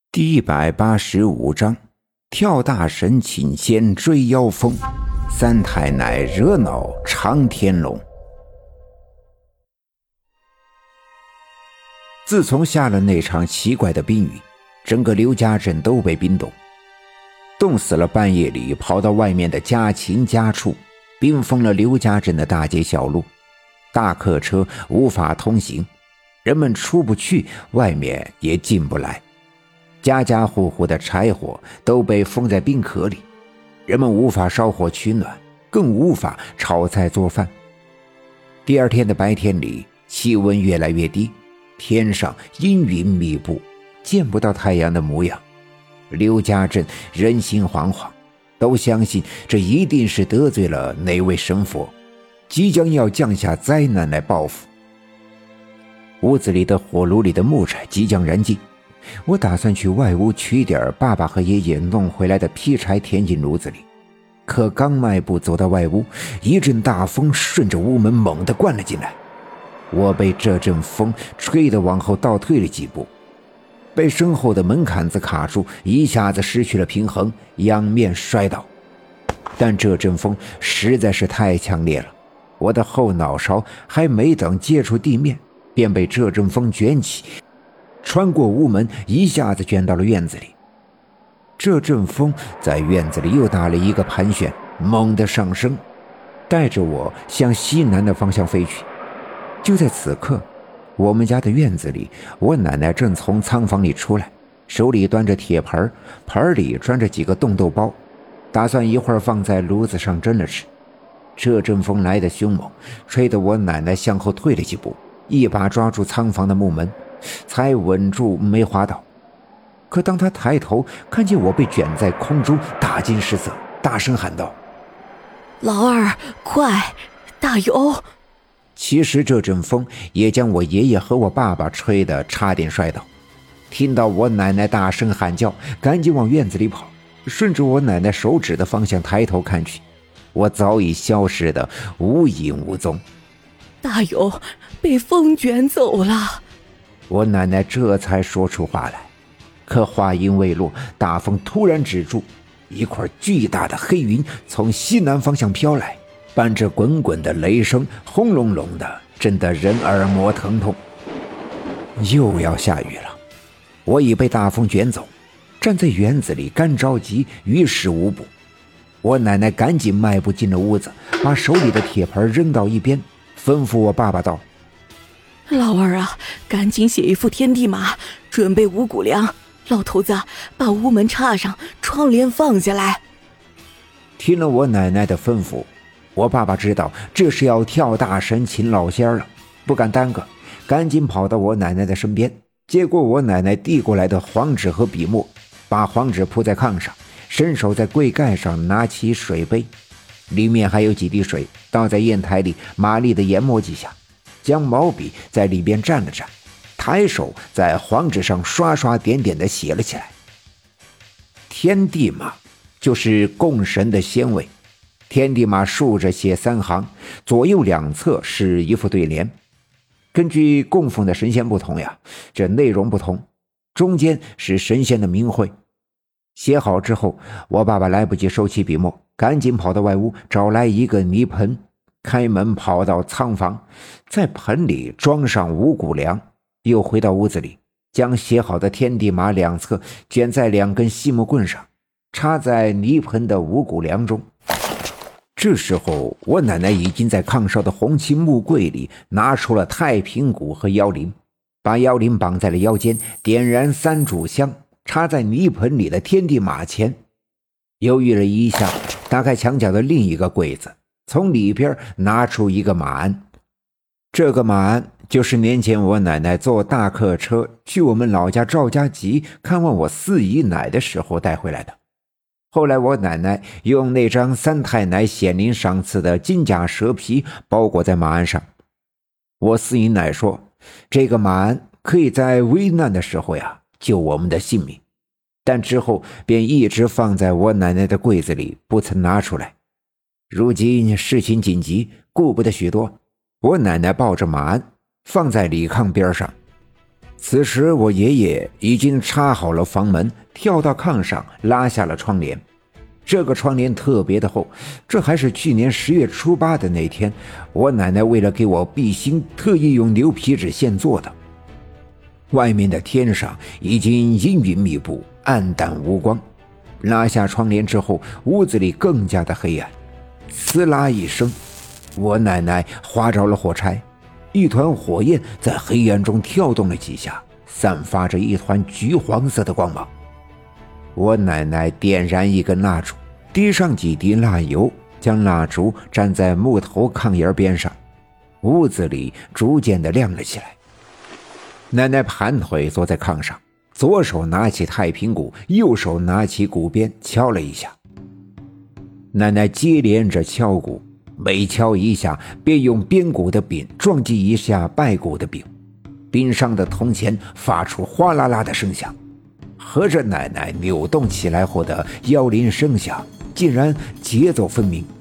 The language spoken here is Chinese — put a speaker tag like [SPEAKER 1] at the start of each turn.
[SPEAKER 1] 第185章，跳大神请仙追妖风，三太奶惹恼长天龙。自从下了那场奇怪的冰雨，整个刘家镇都被冰冻，冻死了。半夜里跑到外面的家禽家畜，冰封了刘家镇的大街小路，大客车无法通行，人们出不去，外面也进不来。家家户户的柴火都被封在冰壳里，人们无法烧火取暖，更无法炒菜做饭。第二天的白天里，气温越来越低，天上阴云密布，见不到太阳的模样。刘家镇人心惶惶，都相信这一定是得罪了哪位神佛，即将要降下灾难来报复。屋子里的火炉里的木柴即将燃尽，我打算去外屋取点爸爸和爷爷弄回来的劈柴填进炉子里，可刚迈步走到外屋，一阵大风顺着屋门猛地灌了进来，我被这阵风吹得往后倒退了几步，被身后的门槛子卡住，一下子失去了平衡，仰面摔倒。但这阵风实在是太强烈了，我的后脑勺还没等接触地面，便被这阵风卷起，穿过屋门，一下子卷到了院子里。这阵风在院子里又打了一个盘旋，猛地上升，带着我向西南的方向飞去。就在此刻，我们家的院子里，我奶奶正从仓房里出来，手里端着铁盆，盆里装着几个冻豆包，打算一会儿放在炉子上蒸了吃。这阵风来得凶猛，吹得我奶奶向后退了几步，一把抓住仓房的木门，才稳住没滑倒。可当他抬头看见我被卷在空中，大惊失色，大声喊道：“
[SPEAKER 2] 老二，快，大有！”
[SPEAKER 1] 其实这阵风也将我爷爷和我爸爸吹得差点摔倒。听到我奶奶大声喊叫，赶紧往院子里跑，顺着我奶奶手指的方向抬头看去，我早已消失得无影无踪。
[SPEAKER 2] 大有被风卷走了。
[SPEAKER 1] 我奶奶这才说出话来，可话音未落，大风突然止住，一块巨大的黑云从西南方向飘来，伴着滚滚的雷声，轰隆隆的，震得人耳膜疼痛。又要下雨了，我已被大风卷走，站在园子里干着急，于事无补。我奶奶赶紧迈步进了屋子，把手里的铁盆扔到一边，吩咐我爸爸道：“
[SPEAKER 2] 老二啊，赶紧写一副天地马，准备五谷粮。老头子，把屋门插上，窗帘放下来。”
[SPEAKER 1] 听了我奶奶的吩咐，我爸爸知道这是要跳大神请老仙了，不敢耽搁，赶紧跑到我奶奶的身边，接过我奶奶递过来的黄纸和笔墨，把黄纸铺在炕上，伸手在柜盖上拿起水杯，里面还有几滴水，倒在砚台里，麻利的研磨几下，将毛笔在里边蘸了蘸，抬手在黄纸上刷刷点点地写了起来。天地马就是供神的仙位，天地马竖着写3行，左右两侧是一副对联。根据供奉的神仙不同呀，这内容不同，中间是神仙的名讳。写好之后，我爸爸来不及收起笔墨，赶紧跑到外屋找来一个泥盆，开门跑到仓房，在盆里装上五谷粮，又回到屋子里，将写好的天地马两侧卷在2根细木棍上，插在泥盆的五谷粮中。这时候我奶奶已经在炕上的红漆木柜里拿出了太平鼓和摇铃，把摇铃绑在了腰间，点燃3炷香，插在泥盆里的天地马前。犹豫了一下，打开墙角的另一个柜子，从里边拿出一个马鞍。这个马鞍就是年前我奶奶坐大客车去我们老家赵家集看望我四姨奶的时候带回来的。后来我奶奶用那张三太奶显灵赏赐的金甲蛇皮包裹在马鞍上。我四姨奶说，这个马鞍可以在危难的时候呀救我们的性命，但之后便一直放在我奶奶的柜子里，不曾拿出来。如今事情紧急，顾不得许多，我奶奶抱着马鞍放在礼炕边上， 此时我爷爷已经插好了房门，跳到炕上拉下了窗帘。这个窗帘特别的厚，这还是去年10月初8的那天，我奶奶为了给我避腥，特意用牛皮纸现做的。外面的天上已经阴云密布，暗淡无光。拉下窗帘之后，屋子里更加的黑暗。呲啦一声，我奶奶划着了火柴，一团火焰在黑暗中跳动了几下，散发着一团橘黄色的光芒。我奶奶点燃一根蜡烛，滴上几滴蜡油，将蜡烛粘在木头炕沿边上，屋子里逐渐的亮了起来。奶奶盘腿坐在炕上，左手拿起太平鼓，右手拿起鼓鞭敲了一下。奶奶接连着敲鼓，每敲一下便用鞭鼓的柄撞击一下败鼓的柄，柄上的铜钱发出哗啦啦的声响，和着奶奶扭动起来后的摇铃声响，竟然节奏分明，